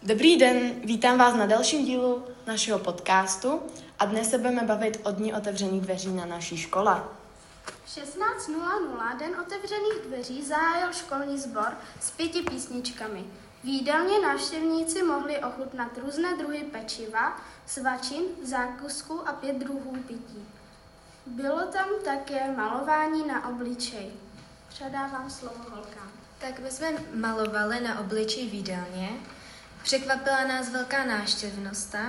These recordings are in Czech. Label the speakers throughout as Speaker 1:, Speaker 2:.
Speaker 1: Dobrý den, vítám vás na dalším dílu našeho podcastu a dnes se budeme bavit o Dni otevřených dveří na naší škole.
Speaker 2: V 16:00 Den otevřených dveří zahájil školní sbor s 5 písničkami. V jídelně návštěvníci mohli ochutnat různé druhy pečiva, svačin, zákusku a 5 druhů pití. Bylo tam také malování na obličej. Předávám slovo holkám.
Speaker 3: Tak my jsme malovali na obličej v jídelně. Překvapila nás velká návštěvnost tam.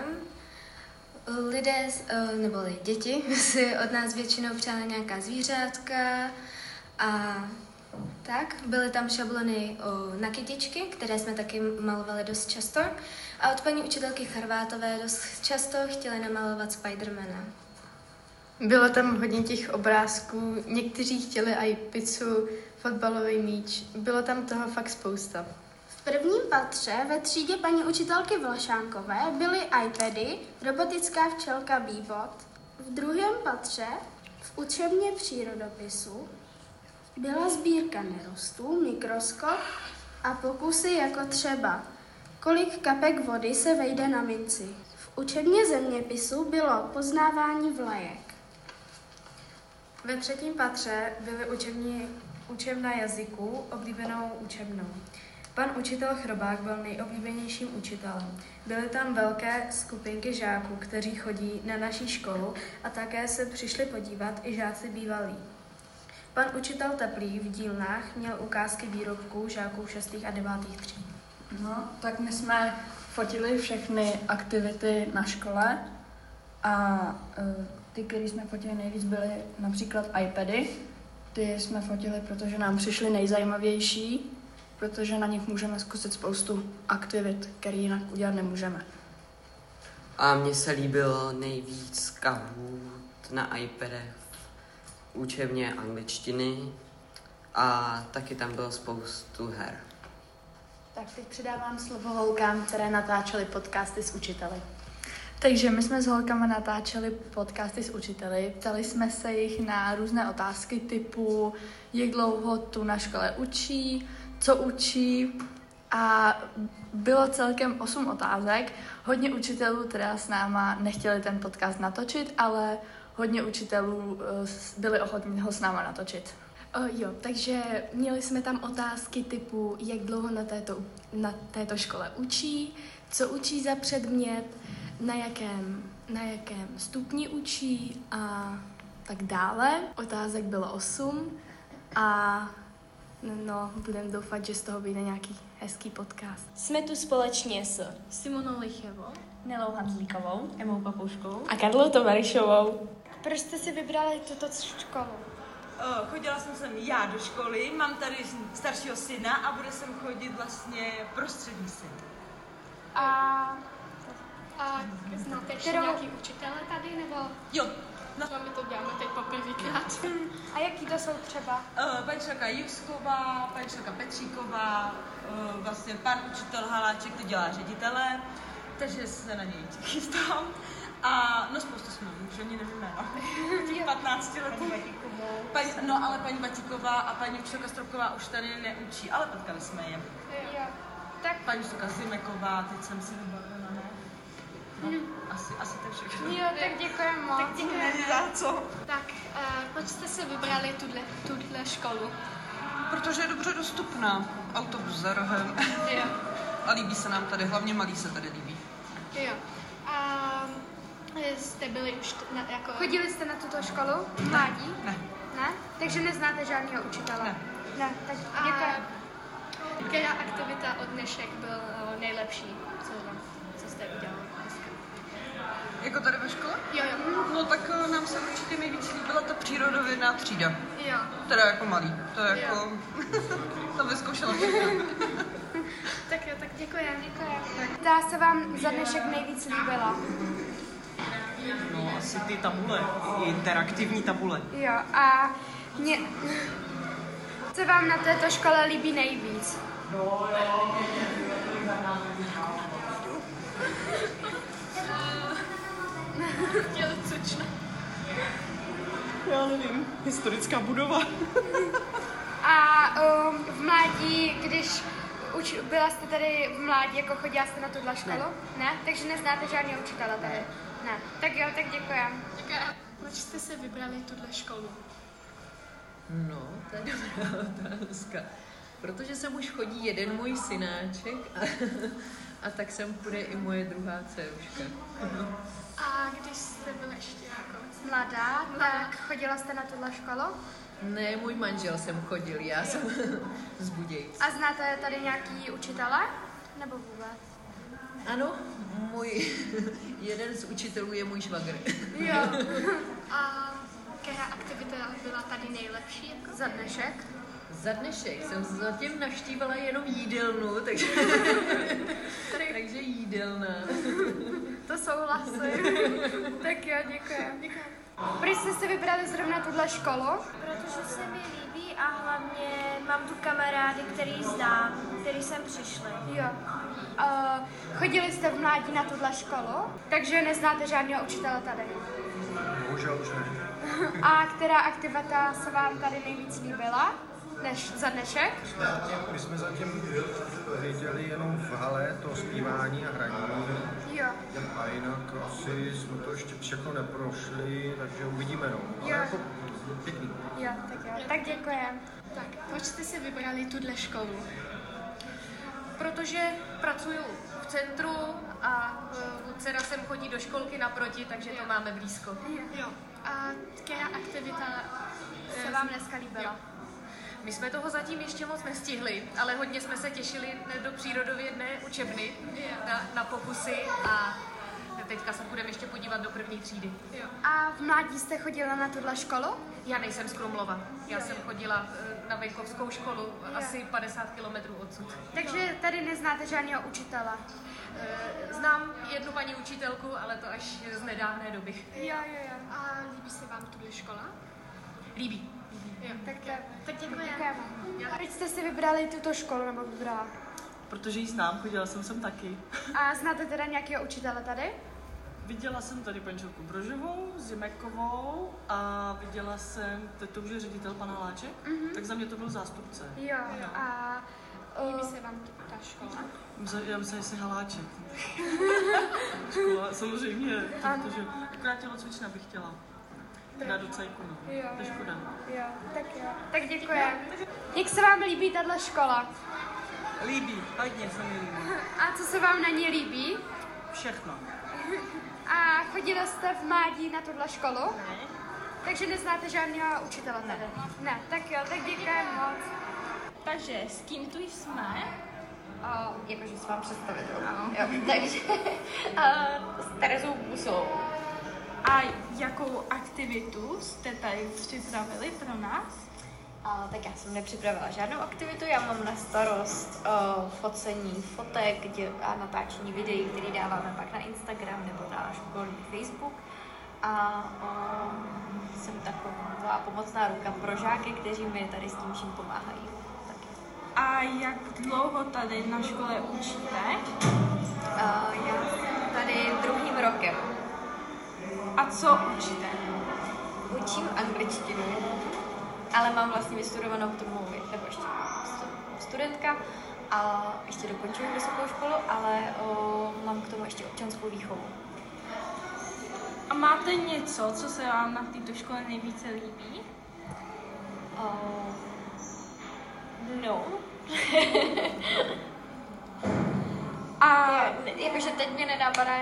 Speaker 3: Lidé, nebo děti, si od nás většinou přáli nějaká zvířátka a tak. Byly tam šablony na kytičky, které jsme taky malovali dost často. A od paní učitelky Charvátové dost často chtěli namalovat Spidermana.
Speaker 1: Bylo tam hodně těch obrázků, někteří chtěli i pizzu, fotbalový míč, bylo tam toho fakt spousta.
Speaker 2: V prvním patře ve třídě paní učitelky Vlašánkové byly iPady, robotická včelka Bebop. V druhém patře v učebně přírodopisu byla sbírka nerostů, mikroskop a pokusy jako třeba kolik kapek vody se vejde na minci. V učebně zeměpisu bylo poznávání vlajek.
Speaker 4: Ve třetím patře byly učebna jazyků, oblíbenou učebnou. Pan učitel Chrobák byl nejoblíbenějším učitelem. Byly tam velké skupinky žáků, kteří chodí na naší školu a také se přišli podívat i žáci bývalí. Pan učitel Teplý v dílnách měl ukázky výrobků žáků 6. a 9. tříd.
Speaker 5: No, tak my jsme fotili všechny aktivity na škole a ty, které jsme fotili nejvíc, byly například iPady. Ty jsme fotili, protože nám přišly nejzajímavější, protože na nich můžeme zkusit spoustu aktivit, které jinak udělat nemůžeme.
Speaker 6: A mně se líbilo nejvíc Kahoot na iPadech, učebně angličtiny a taky tam bylo spoustu her.
Speaker 1: Tak teď předávám slovo holkám, které natáčely podcasty s učiteli.
Speaker 7: Takže my jsme s holkama natáčeli podcasty s učiteli, ptali jsme se jich na různé otázky typu, jak dlouho tu na škole učí, co učí a bylo celkem 8 otázek. Hodně učitelů teda s náma nechtěli ten podcast natočit, ale hodně učitelů byli ochotní ho s náma natočit.
Speaker 8: Takže měli jsme tam otázky typu, jak dlouho na této škole učí, co učí za předmět, na jakém stupni učí a tak dále. Otázek bylo 8 a budeme doufat, že z toho vyjde nějaký hezký podcast.
Speaker 9: Jsme tu společně s
Speaker 8: Simonou Lichevou,
Speaker 10: Nelou Hanzlíkovou, Emou Papouškou
Speaker 9: a Karlou Tomarišovou.
Speaker 2: Proč jste si vybrali tuto školu?
Speaker 11: Chodila jsem sem já do školy, mám tady staršího syna a bude sem chodit vlastně prostřední syn.
Speaker 2: A znáte ještě nějaký učitele tady, nebo?
Speaker 11: Jo.
Speaker 2: No. My to děláme teď poprvýkrát. A jaký to jsou třeba?
Speaker 11: Paní učitelka Jusková, paní učitelka Petříková, vlastně pan učitel Haláček, to dělá ředitele, takže se na něj chystám. A spoustu jsme, už ani nevím jméno. Těch 15 letů. Ale paní Batíková a paní učitelka Stropková už tady neučí, ale potkali jsme je.
Speaker 2: Jo. Tak.
Speaker 11: Paní učitelka Zimeková, teď jsem si vybavila, ne? Asi to všechno.
Speaker 2: Jo, tak děkujeme moc.
Speaker 11: Tak děkujeme. Za co?
Speaker 2: Tak, proč jste si vybrali tuhle školu?
Speaker 12: Protože je dobře dostupná. Autobus za rohem.
Speaker 2: Jo.
Speaker 12: A líbí se nám tady, hlavně malí se tady líbí.
Speaker 2: Jo. A jste byli už Chodili jste na tuto školu? Mládí?
Speaker 12: Ne.
Speaker 2: Ne? Takže neznáte žádného učitele? Ne, tak děkujeme.
Speaker 8: Která aktivita od dnešek byl nejlepší, co jste udělali dneska?
Speaker 12: Jako tady ve škole?
Speaker 8: Jo.
Speaker 12: No tak nám se určitě nejvíc líbila ta přírodovědná třída.
Speaker 8: Jo.
Speaker 12: Teda jako malý. To je jako... to vyzkoušela všechno.
Speaker 2: Tak jo, tak děkujeme. Dá se vám za dnešek nejvíc líbila?
Speaker 13: No, asi ty tabule, interaktivní tabule.
Speaker 2: Jo, a co vám na této škole líbí nejvíc?
Speaker 13: Já nevím, historická budova.
Speaker 2: A v mládí, když Byla jste tady v mládí, jako chodila jste na tuhle školu? Ne? Takže neznáte žádného učitele tady? Ne. Tak jo, tak děkujem.
Speaker 8: Proč jste se vybrali tuhle školu?
Speaker 14: No, to je dobrá otázka. Protože sem už chodí jeden můj synáček a tak sem půjde i moje druhá dceruška.
Speaker 8: A když jste byla ještě jako
Speaker 2: mladá, tak chodila jste na tuhle školu?
Speaker 14: Ne, můj manžel sem chodil, já jsem z Budějic.
Speaker 2: A znáte tady nějaký učitele? Nebo vůbec?
Speaker 14: Ano, můj jeden z učitelů je můj švagr.
Speaker 2: Jo.
Speaker 8: A která aktivita byla tady nejlepší? Jako?
Speaker 2: Za dnešek?
Speaker 14: Za dnešek jsem zatím navštívila jenom jídelnu, takže jídelna.
Speaker 2: To souhlasím. Tak jo, děkuji. Proč jste si vybrali zrovna tuhle školu?
Speaker 15: Protože se mi líbí a hlavně mám tu kamarády, který znám, který sem přišli.
Speaker 2: Jo. Chodili jste v mládí na tuhle školu, takže neznáte žádného učitele tady?
Speaker 16: Bohužel už ne.
Speaker 2: A která aktivita se vám tady nejvíc líbila? Za dnešek?
Speaker 16: My jsme zatím viděli jenom v hale to zpívání a hraní.
Speaker 2: Jo.
Speaker 16: A jinak asi jsme to ještě všechno neprošli, takže uvidíme, no. Ale
Speaker 2: Jo.
Speaker 16: jako pěkný.
Speaker 2: Jo, tak jo. Tak děkujem.
Speaker 8: Tak, proč jste si vybrali tuhle školu?
Speaker 17: Protože pracuju v centru a dcera sem chodí do školky naproti, takže to máme blízko.
Speaker 8: Jo. A která aktivita
Speaker 2: se vám dneska líbila?
Speaker 17: Jo. My jsme toho zatím ještě moc nestihli, ale hodně jsme se těšili do přírodovědné učebny na pokusy a teďka se budeme ještě podívat do první třídy.
Speaker 2: Jo. A v mládí jste chodila na tuhle školu?
Speaker 17: Já nejsem z Krumlova. Já jsem chodila na venkovskou školu asi 50 kilometrů odsud.
Speaker 2: Takže tady neznáte žádného učitele?
Speaker 17: Znám jednu paní učitelku, ale to až z nedávné doby.
Speaker 2: Jo.
Speaker 8: A líbí se vám tuhle škola?
Speaker 17: Líbí.
Speaker 2: Jo. Tak děkujeme. Proč jste si vybrali tuto školu, nebo vybrala?
Speaker 13: Protože ji znám, chodila jsem sem taky.
Speaker 2: A znáte teda nějakého učitele tady?
Speaker 13: Viděla jsem tady pančelku Brožovou, Zimekovou a viděla jsem, teď to už je ředitel pan Haláček, tak za mě to byl zástupce.
Speaker 2: Jo. A
Speaker 8: líbí se vám ta škola?
Speaker 13: Já myslím, že jsi Haláček. Škola, samozřejmě, protože akorát tělocvična bych chtěla. Dát do cajku, no.
Speaker 2: Jo.
Speaker 13: To je škoda.
Speaker 2: Jo, tak jo. Tak děkujem. Jak se vám líbí tato škola?
Speaker 13: Líbí, hodně se mi líbí.
Speaker 2: A co se vám na ní líbí?
Speaker 13: Všechno.
Speaker 2: A chodila jste v mládí na tuhle školu? Ne. Takže neznáte žádného učitele tady? Ne. Tak jo, tak děkujeme moc.
Speaker 9: Takže s kým tu jsme?
Speaker 18: Jakože se vám představit.
Speaker 9: Ano.
Speaker 18: Jo, takže s Terezou Busovou.
Speaker 9: A jakou aktivitu jste tady připravili pro nás?
Speaker 18: Tak já jsem nepřipravila žádnou aktivitu, já mám na starost focení fotek a natáčení videí, které dáváme pak na Instagram nebo na školní Facebook. A jsem taková pomocná ruka pro žáky, kteří mi tady s tím vším pomáhají.
Speaker 9: A jak dlouho tady na škole učíte?
Speaker 18: Já jsem tady 2. rokem.
Speaker 9: A co učíte?
Speaker 18: Učím angličtinu, ale mám vlastně vystudovanou k tomu, nebo ještě studentka a ještě dokončuji vysokou školu, ale mám k tomu ještě občanskou výchovu.
Speaker 9: A máte něco, co se vám na této škole nejvíce líbí?
Speaker 18: No.
Speaker 9: A
Speaker 18: jakože teď mě nenapadá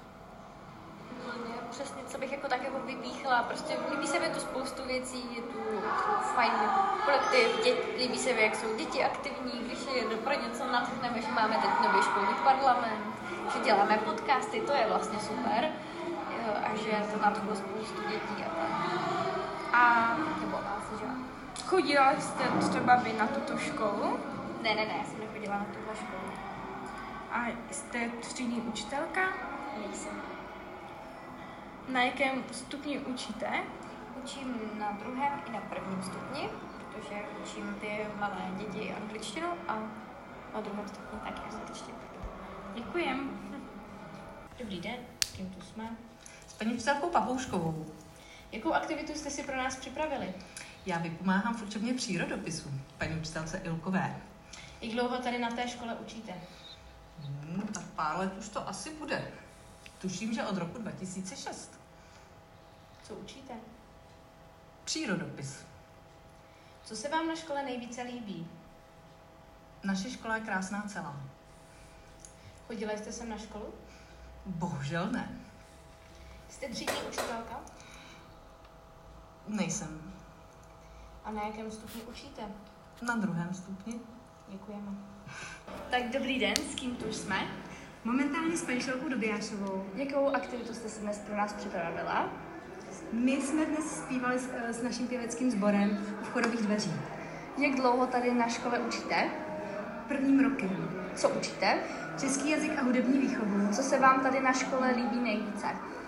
Speaker 18: přesně, co bych jako tak jako vypíchla. Prostě líbí se mi tu spoustu věcí, je tu fajn kolektiv, líbí se mi, jak jsou děti aktivní, když je pro něco natchneme, že máme teď nový školní parlament, že děláme podcasty, to je vlastně super. A že to nadchlo spoustu dětí a tak.
Speaker 9: A
Speaker 18: nebo asi, že
Speaker 9: chodila jste třeba vy na tuto školu?
Speaker 18: Ne, já jsem nechodila na tuto školu.
Speaker 9: A jste třídní učitelka?
Speaker 18: Nejsem.
Speaker 9: Na jakém stupni učíte?
Speaker 18: Učím na 2. i na 1. stupni, protože učím ty malé děti angličtinu a na 2. stupni taky angličtinu.
Speaker 9: Děkujem.
Speaker 10: Dobrý den, kým tu jsme?
Speaker 19: S paní učitelkou Papouškovou.
Speaker 10: Jakou aktivitu jste si pro nás připravili?
Speaker 19: Já vypomáhám v učebně přírodopisu, paní učitelce Ilkové.
Speaker 10: Jak dlouho tady na té škole učíte?
Speaker 19: Tak pár let už to asi bude. Tuším, že od roku 2006.
Speaker 10: Co učíte?
Speaker 19: Přírodopis.
Speaker 10: Co se vám na škole nejvíce líbí?
Speaker 19: Naše škola je krásná celá.
Speaker 10: Chodila jste sem na školu?
Speaker 19: Bohužel ne.
Speaker 10: Jste třídní učitelka?
Speaker 19: Nejsem.
Speaker 10: A na jakém stupni učíte?
Speaker 19: Na 2. stupni.
Speaker 10: Děkujeme.
Speaker 8: Tak dobrý den, s kým tu jsme?
Speaker 20: Momentálně s paní Šelkou Dobijášovou.
Speaker 8: Jakou aktivitu jste si dnes pro nás připravila?
Speaker 20: My jsme dnes zpívali s naším pěveckým sborem v Chorových dveřích.
Speaker 8: Jak dlouho tady na škole učíte?
Speaker 20: 1. rokem.
Speaker 8: Co učíte?
Speaker 20: Český jazyk a hudební výchovu.
Speaker 8: Co se vám tady na škole líbí nejvíce?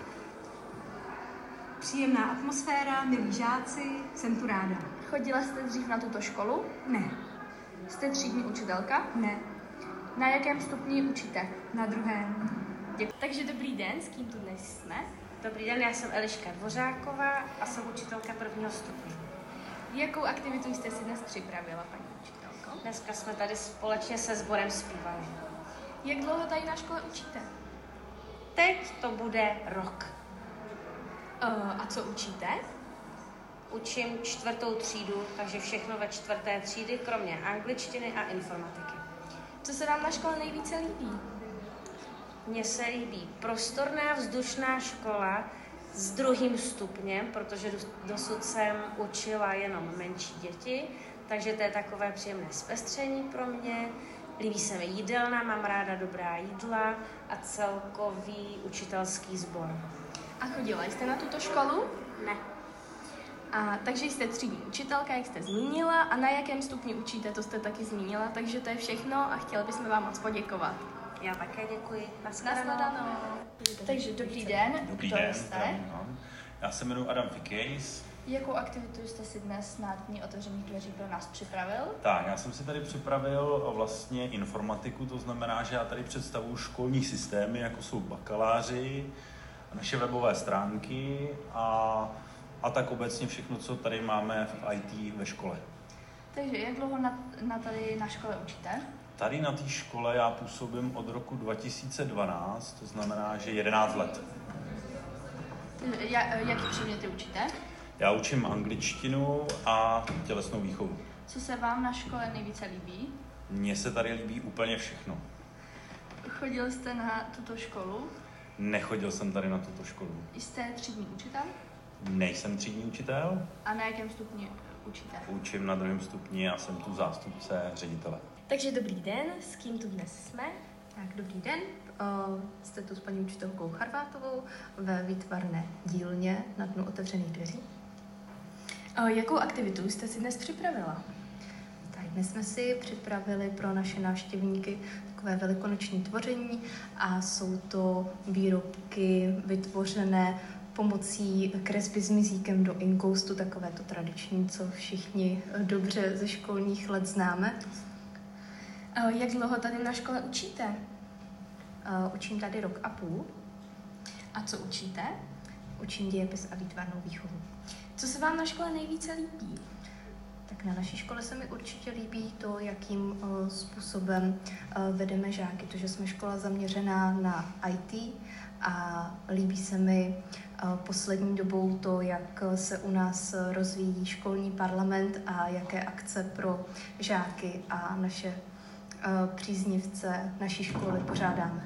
Speaker 20: Příjemná atmosféra, milí žáci, jsem tu ráda.
Speaker 8: Chodila jste dřív na tuto školu?
Speaker 20: Ne.
Speaker 8: Jste třídní učitelka?
Speaker 20: Ne.
Speaker 8: Na jakém stupni učíte?
Speaker 20: Na 2.
Speaker 8: Děkuji. Takže dobrý den, s kým tu dnes jsme?
Speaker 21: Dobrý den, já jsem Eliška Dvořáková a jsem učitelka 1. stupně.
Speaker 8: Jakou aktivitu jste si dnes připravila, paní učitelko?
Speaker 21: Dneska jsme tady společně se sborem zpívali.
Speaker 8: Jak dlouho tady na škole učíte?
Speaker 21: Teď to bude rok.
Speaker 8: A co učíte?
Speaker 21: Učím 4. třídu, takže všechno ve 4. třídy, kromě angličtiny a informatiky.
Speaker 8: Co se vám na škole nejvíce líbí?
Speaker 21: Mně se líbí prostorná vzdušná škola s 2. stupněm, protože dosud jsem učila jenom menší děti, takže to je takové příjemné zpestření pro mě. Líbí se mi jídelna, mám ráda dobrá jídla a celkový učitelský sbor.
Speaker 8: A chodila jste na tuto školu?
Speaker 21: Ne.
Speaker 8: Takže jste třídní učitelka, jak jste zmínila, a na jakém stupni učíte, to jste taky zmínila, takže to je všechno a chtěla bychom vám moc poděkovat.
Speaker 21: Já také děkuji.
Speaker 8: Nashledanou. Takže dobrý den.
Speaker 22: Dobrý
Speaker 8: Kdo
Speaker 22: den,
Speaker 8: jste?
Speaker 22: já se jmenuji Adam Fikejs.
Speaker 8: Jakou aktivitu jste si dnes na Dní otevřených dveří pro nás připravil?
Speaker 22: Tak, já jsem si tady připravil vlastně informatiku, to znamená, že já tady představuji školní systémy, jako jsou bakaláři, naše webové stránky a tak obecně všechno, co tady máme v IT ve škole.
Speaker 8: Takže jak dlouho tady na škole učíte?
Speaker 22: Tady na té škole já působím od roku 2012, to znamená, že 11 let.
Speaker 8: Jaký předměty učíte?
Speaker 22: Já učím angličtinu a tělesnou výchovu.
Speaker 8: Co se vám na škole nejvíce líbí?
Speaker 22: Mně se tady líbí úplně všechno.
Speaker 8: Chodil jste na tuto školu?
Speaker 22: Nechodil jsem tady na tuto školu.
Speaker 8: Jste třídní učitel?
Speaker 22: Nejsem třídní učitel.
Speaker 8: A na jakém stupni učíte?
Speaker 22: Učím na 2. stupni a jsem tu zástupce ředitele.
Speaker 8: Takže dobrý den, s kým tu dnes jsme?
Speaker 23: Tak, dobrý den. Jste tu s paní učitelkou Charvátovou ve výtvarné dílně na Dnu otevřených dveří.
Speaker 8: Jakou aktivitu jste si dnes připravila?
Speaker 23: Tak, dnes jsme si připravili pro naše návštěvníky takové velikonoční tvoření a jsou to výrobky vytvořené pomocí kresby s mizíkem do inkoustu, takové to tradiční, co všichni dobře ze školních let známe.
Speaker 8: Jak dlouho tady na škole učíte?
Speaker 23: Učím tady 1,5 roku.
Speaker 8: A co učíte?
Speaker 23: Učím dějepis a výtvarnou výchovu.
Speaker 8: Co se vám na škole nejvíce líbí?
Speaker 23: Tak na naší škole se mi určitě líbí to, jakým způsobem vedeme žáky, to, že jsme škola zaměřená na IT a líbí se mi poslední dobou to, jak se u nás rozvíjí školní parlament a jaké akce pro žáky a naše příznivce naší školy pořádáme.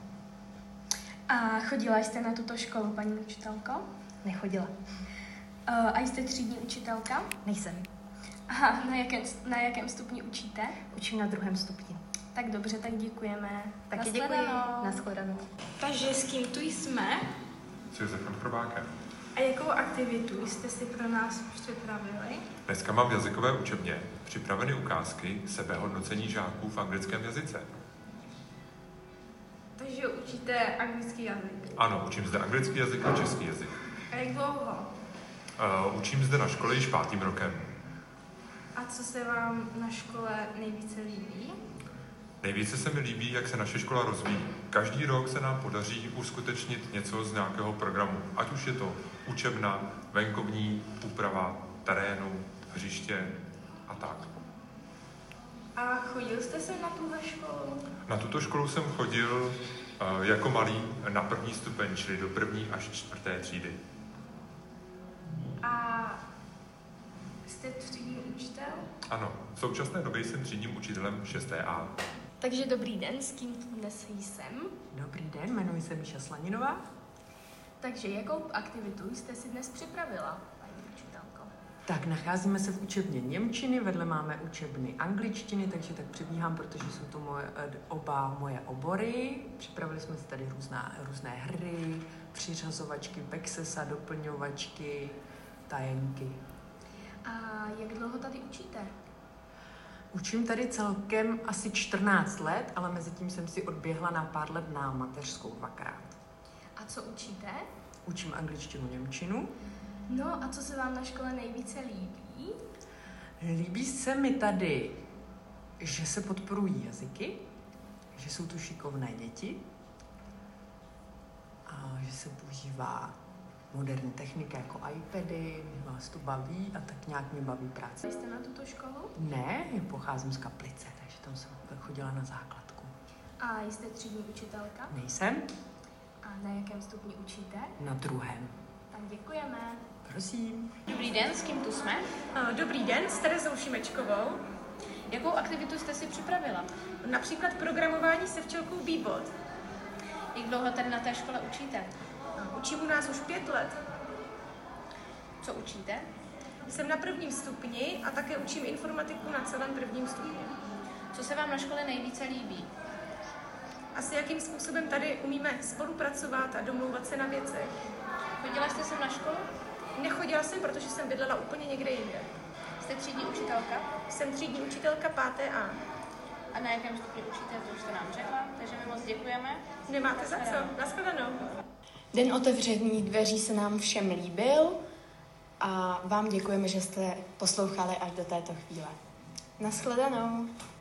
Speaker 8: A chodila jste na tuto školu, paní učitelko?
Speaker 23: Nechodila.
Speaker 8: A jste třídní učitelka?
Speaker 23: Nejsem.
Speaker 8: Aha, na jakém stupni učíte?
Speaker 23: Učím na 2. stupni.
Speaker 8: Tak dobře, tak děkujeme.
Speaker 23: Taky děkuji. Nashledanou.
Speaker 8: Takže s kým tu jsme?
Speaker 24: S Josefem Chrobákem.
Speaker 8: A jakou aktivitu jste si pro nás připravili?
Speaker 24: Dneska mám v jazykové učebně připraveny ukázky sebehodnocení žáků v anglickém jazyce.
Speaker 8: Takže učíte anglický jazyk?
Speaker 24: Ano, učím zde anglický jazyk a český jazyk.
Speaker 8: A jak dlouho?
Speaker 24: Učím zde na škole již 5. rokem.
Speaker 8: A co se vám na škole nejvíce líbí?
Speaker 24: Nejvíce se mi líbí, jak se naše škola rozvíjí. Každý rok se nám podaří uskutečnit něco z nějakého programu. Ať už je to učebna, venkovní úprava, terénu, hřiště a tak.
Speaker 8: A chodil jste se na tuhle školu?
Speaker 24: Na tuto školu jsem chodil jako malý na první stupeň, čili do 1. až 4. třídy.
Speaker 8: A jste třídní učitel?
Speaker 24: Ano, v současné době jsem třídním učitelem 6A.
Speaker 8: Takže dobrý den, s kým tu dnes jsem?
Speaker 3: Dobrý den, jmenuji se Míša Slaninová.
Speaker 8: Takže jakou aktivitu jste si dnes připravila, paní učitelko?
Speaker 3: Tak, nacházíme se v učebně němčiny, vedle máme učebny angličtiny, takže tak přibíhám, protože jsou to oba moje obory. Připravili jsme si tady různé hry, přiřazovačky, backsesa, doplňovačky, tajenky.
Speaker 8: A jak dlouho tady učíte?
Speaker 3: Učím tady celkem asi 14 let, ale mezi tím jsem si odběhla na pár let na mateřskou 2krát.
Speaker 8: A co učíte?
Speaker 3: Učím angličtinu, němčinu.
Speaker 8: No a co se vám na škole nejvíce líbí?
Speaker 3: Líbí se mi tady, že se podporují jazyky, že jsou tu šikovné děti a že se používá moderní technika jako iPady, vás to baví a tak nějak mě baví práce.
Speaker 8: Jste na tuto školu?
Speaker 3: Ne, já pocházím z Kaplice, takže tam jsem chodila na základku.
Speaker 8: A jste třídní učitelka?
Speaker 3: Nejsem.
Speaker 8: A na jakém stupni učíte?
Speaker 3: Na 2.
Speaker 8: Tak děkujeme.
Speaker 3: Prosím.
Speaker 4: Dobrý den, s kým tu jsme?
Speaker 5: Dobrý den, s Terezou Šimečkovou.
Speaker 4: Jakou aktivitu jste si připravila?
Speaker 5: Například programování se včelkou Bebot.
Speaker 4: Jak dlouho tady na té škole učíte?
Speaker 5: Učím u nás už 5 let.
Speaker 4: Co učíte?
Speaker 5: Jsem na 1. stupni a také učím informatiku na celém 1. stupni.
Speaker 4: Co se vám na škole nejvíce líbí?
Speaker 5: Asi jakým způsobem tady umíme spolupracovat a domlouvat se na věcech.
Speaker 4: Chodila jste sem na školu?
Speaker 5: Nechodila jsem, protože jsem bydlela úplně někde jinde.
Speaker 4: Jste třídní učitelka?
Speaker 5: Jsem třídní učitelka 5A.
Speaker 4: A na jakém stupni učíte, to už jste nám řekla, takže my moc děkujeme.
Speaker 5: Nemáte za co. Nashledanou.
Speaker 6: Den otevřených dveří se nám všem líbil a vám děkujeme, že jste poslouchali až do této chvíle. Nashledanou.